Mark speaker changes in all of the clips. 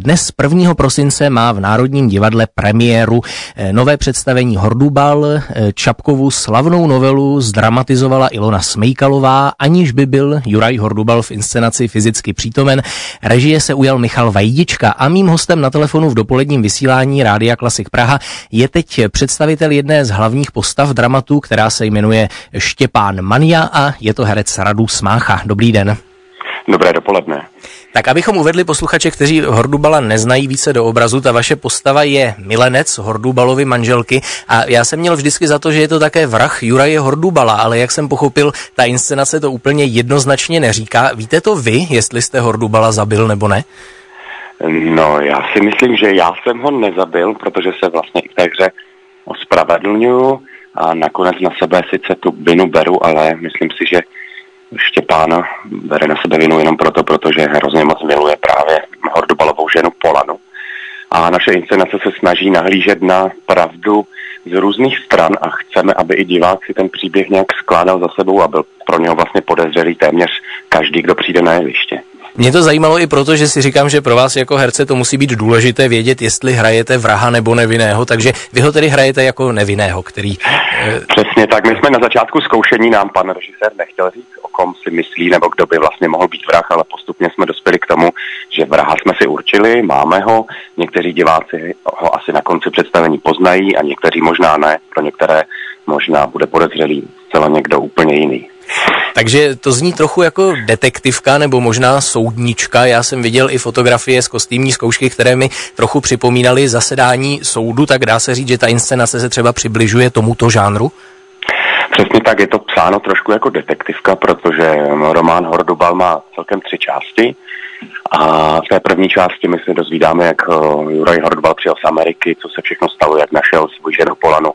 Speaker 1: Dnes 1. prosince má v Národním divadle premiéru nové představení Hordubal. Čapkovu slavnou novelu zdramatizovala Ilona Smejkalová, aniž by byl Juraj Hordubal v inscenaci fyzicky přítomen. Režie se ujal Michal Vajdička a mým hostem na telefonu v dopoledním vysílání Rádia Klasik Praha je teď představitel jedné z hlavních postav dramatu, která se jmenuje Štěpán Manja a je to herec Radu Smácha. Dobrý den.
Speaker 2: Dobré dopoledne.
Speaker 1: Tak abychom uvedli posluchače, kteří Hordubala neznají více do obrazu, ta vaše postava je milenec Hordubalovy manželky a já jsem měl vždycky za to, že je to také vrah Juraje Hordubala, ale jak jsem pochopil, ta inscenace to úplně jednoznačně neříká. Víte to vy, jestli jste Hordubala zabil nebo ne?
Speaker 2: No, já si myslím, že já jsem ho nezabil, protože se vlastně i v té hře ospravedlňuju a nakonec na sebe sice tu vinu beru, ale myslím si, že Štěpán bere na sebe vinu jenom proto, protože hrozně moc miluje právě Hordubalovou ženu Polanu. A naše inscenace se snaží nahlížet na pravdu z různých stran a chceme, aby i divák si ten příběh nějak skládal za sebou a byl pro něho vlastně podezřelý téměř každý, kdo přijde na jeviště.
Speaker 1: Mě to zajímalo i proto, že si říkám, že pro vás jako herce to musí být důležité vědět, jestli hrajete vraha nebo nevinného, takže vy ho tedy hrajete jako nevinného, který...
Speaker 2: Přesně tak, my jsme na začátku zkoušení, nám pan režisér nechtěl říct, o kom si myslí, nebo kdo by vlastně mohl být vrah, ale postupně jsme dospěli k tomu, že vraha jsme si určili, máme ho, někteří diváci ho asi na konci představení poznají a někteří možná ne, pro některé možná bude podezřelý zcela někdo úplně jiný.
Speaker 1: Takže to zní trochu jako detektivka nebo možná soudnička. Já jsem viděl i fotografie z kostýmní zkoušky, které mi trochu připomínaly zasedání soudu, tak dá se říct, že ta inscenace se třeba přibližuje tomuto žánru?
Speaker 2: Přesně tak, je to psáno trošku jako detektivka, protože román Hordubal má celkem 3 části a v té první části my se dozvídáme, jak Juraj Hordubal přijel z Ameriky, co se všechno stalo, jak našel svou ženu Polanu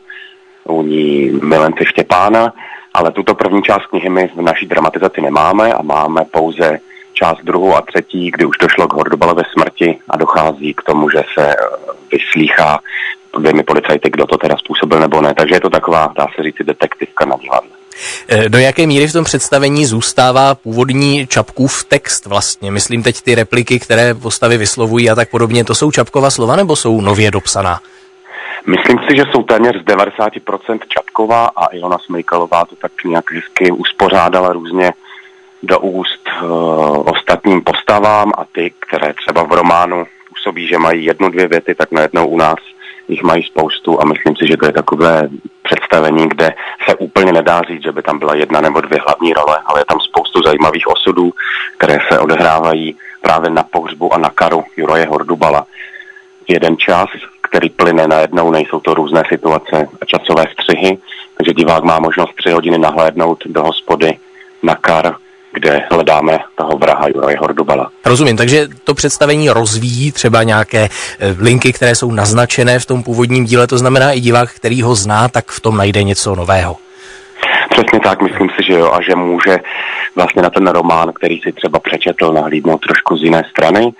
Speaker 2: u ní milence Štěpána. Ale tuto první část knihy my v naší dramatizaci nemáme a máme pouze část 2. a 3., kdy už došlo k Hordubalově smrti a dochází k tomu, že se vyslýchá dvěmi policajty, kdo to teda způsobil nebo ne. Takže je to taková, dá se říct, detektivka na divadle.
Speaker 1: Do jaké míry v tom představení zůstává původní Čapkův text vlastně? Myslím teď ty repliky, které postavy vyslovují a tak podobně. To jsou Čapkova slova nebo jsou nově dopsaná?
Speaker 2: Myslím si, že jsou téměř z 90% Čapková a Ilona Smejkalová to tak nějak hezky uspořádala různě do úst ostatním postavám a ty, které třeba v románu působí, že mají 1-2 věty, tak najednou u nás jich mají spoustu a myslím si, že to je takové představení, kde se úplně nedá říct, že by tam byla 1 nebo 2 hlavní role, ale je tam spoustu zajímavých osudů, které se odehrávají právě na pohřbu a na karu Juraje Hordubala. Jeden čas, který plyne najednou, nejsou to různé situace a časové střihy, takže divák má možnost 3 hodiny nahlédnout do hospody na kar, kde hledáme toho vraha Juraje Hordubala.
Speaker 1: Rozumím, takže to představení rozvíjí třeba nějaké linky, které jsou naznačené v tom původním díle, to znamená i divák, který ho zná, tak v tom najde něco nového.
Speaker 2: Přesně tak, myslím si, že jo, a že může vlastně na ten román, který si třeba přečetl, nahlídnout trošku z jiné strany.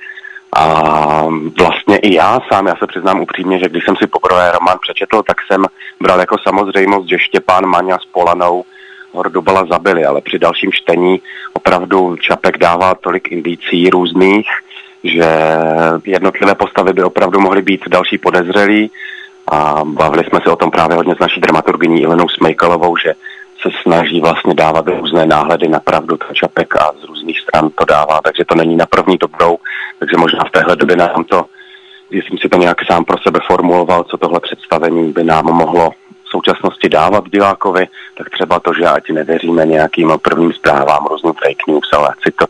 Speaker 2: A vlastně i já se přiznám upřímně, že když jsem si poprvé román přečetl, tak jsem bral jako samozřejmost, že Štěpán Manja s Polanou Hordubala zabili, ale při dalším čtení opravdu Čapek dává tolik indicí různých, že jednotlivé postavy by opravdu mohly být další podezřelí a bavili jsme se o tom právě hodně s naší dramaturgyní Ilenou Smejkalovou, že se snaží vlastně dávat různé náhledy na pravdu ten Čapek a z různých stran to dává, takže to není na první dobrou, takže možná v téhle době nám to, když jsem si to nějak sám pro sebe formuloval, co tohle představení by nám mohlo v současnosti dávat divákovi, tak třeba to, že ať nevěříme nějakým prvním zprávám, různým fake news, ale ať si to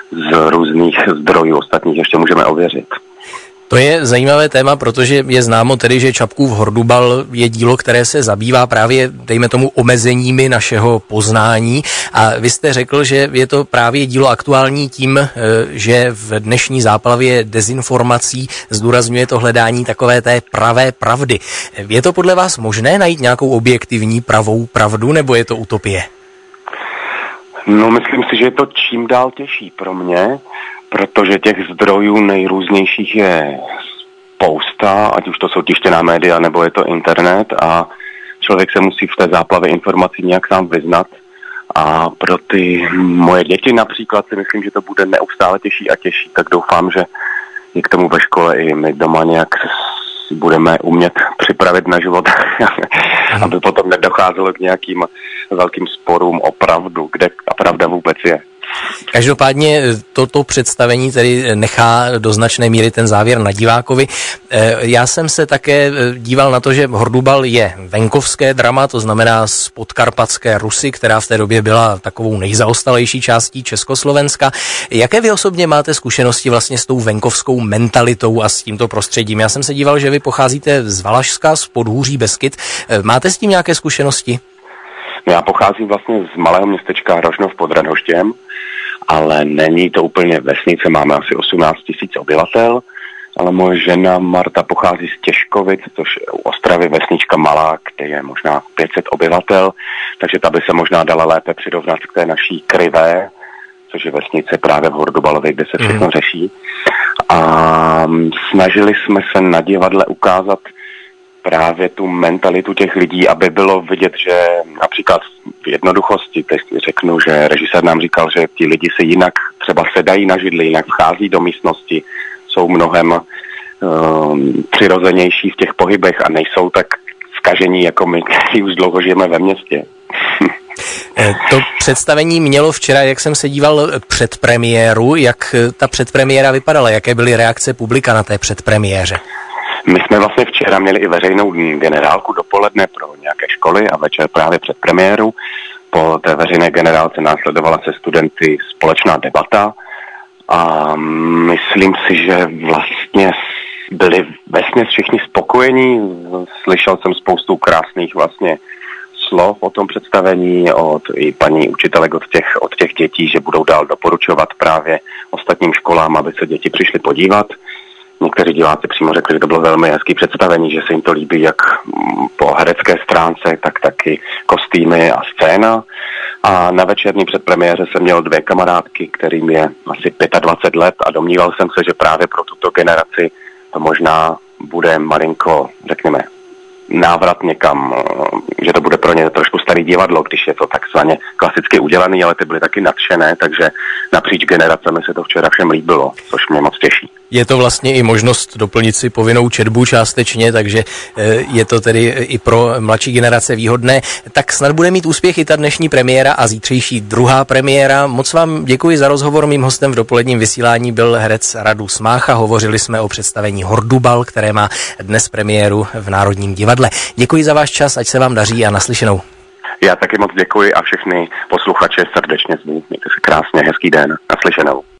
Speaker 2: z různých zdrojů ostatních ještě můžeme ověřit.
Speaker 1: To je zajímavé téma, protože je známo tedy, že Čapkův Hordubal je dílo, které se zabývá právě, dejme tomu, omezeními našeho poznání. A vy jste řekl, že je to právě dílo aktuální tím, že v dnešní záplavě dezinformací zdůrazňuje to hledání takové té pravé pravdy. Je to podle vás možné najít nějakou objektivní pravou pravdu, nebo je to utopie?
Speaker 2: No, myslím si, že je to čím dál těžší pro mě, protože těch zdrojů nejrůznějších je spousta, ať už to jsou tištěná média, nebo je to internet a člověk se musí v té záplavě informací nějak sám vyznat. A pro ty moje děti například si myslím, že to bude neustále těžší a těžší, tak doufám, že i k tomu ve škole, i my doma nějak budeme umět připravit na život, aby potom nedocházelo k nějakým velkým sporům o pravdu, kde ta pravda vůbec je.
Speaker 1: Každopádně toto představení tedy nechá do značné míry ten závěr na divákovi. Já jsem se také díval na to, že Hordubal je venkovské drama, to znamená z podkarpatské Rusy, která v té době byla takovou nejzaostalejší částí Československa. Jaké vy osobně máte zkušenosti vlastně s tou venkovskou mentalitou a s tímto prostředím? Já jsem se díval, že vy pocházíte z Valašska, z Podhůří Beskyd. Máte s tím nějaké zkušenosti?
Speaker 2: Já pocházím vlastně z malého městečka Rožnov pod Radhoštěm, ale není to úplně vesnice, máme asi 18 000 obyvatel, ale moje žena Marta pochází z Těžkovic, což u Ostravy vesnička malá, kde je možná 500 obyvatel, takže ta by se možná dala lépe přirovnat k té naší Krivé, což je vesnice právě v Hordubalově, kde se všechno řeší. A snažili jsme se na divadle ukázat právě tu mentalitu těch lidí, aby bylo vidět, že například v jednoduchosti, teď řeknu, že režisér nám říkal, že ti lidi se jinak třeba sedají na židli, jinak vchází do místnosti, jsou mnohem přirozenější v těch pohybech a nejsou tak zkažení, jako my, kteří už dlouho žijeme ve městě.
Speaker 1: To představení mělo včera, jak jsem se díval, předpremiéru. Jak ta předpremiéra vypadala? Jaké byly reakce publika na té předpremiéře?
Speaker 2: My jsme vlastně včera měli i veřejnou generálku dopoledne pro nějaké školy a večer právě před premiéru. Po té veřejné generálce následovala se studenty společná debata a myslím si, že vlastně byli vesměs všichni spokojení. Slyšel jsem spoustu krásných vlastně slov o tom představení od i paní učitelek od těch dětí, že budou dál doporučovat právě ostatním školám, aby se děti přišly podívat. Někteří diváci přímo řekli, že to bylo velmi hezký představení, že se jim to líbí jak po herecké stránce, tak taky kostýmy a scéna. A na večerní předpremiéře jsem měl 2 kamarádky, kterým je asi 25 let a domníval jsem se, že právě pro tuto generaci to možná bude malinko, řekněme, návrat někam, že to bude pro ně trošku starý divadlo, když je to takzvaně klasicky udělaný, ale ty byly taky nadšené, takže napříč generacemi se to včera všem líbilo, což mě moc těší.
Speaker 1: Je to vlastně i možnost doplnit si povinnou četbu částečně, takže je to tedy i pro mladší generace výhodné. Tak snad bude mít úspěch i ta dnešní premiéra a zítřejší druhá premiéra. Moc vám děkuji za rozhovor. Mým hostem v dopoledním vysílání byl herec Radus Mácha. Hovořili jsme o představení Hordubal, které má dnes premiéru v Národním divadle. Děkuji za váš čas, ať se vám daří a naslyšenou.
Speaker 2: Já taky moc děkuji a všechny posluchače srdečně zvu. Mějte se krásně, hezký den, naslyšenou.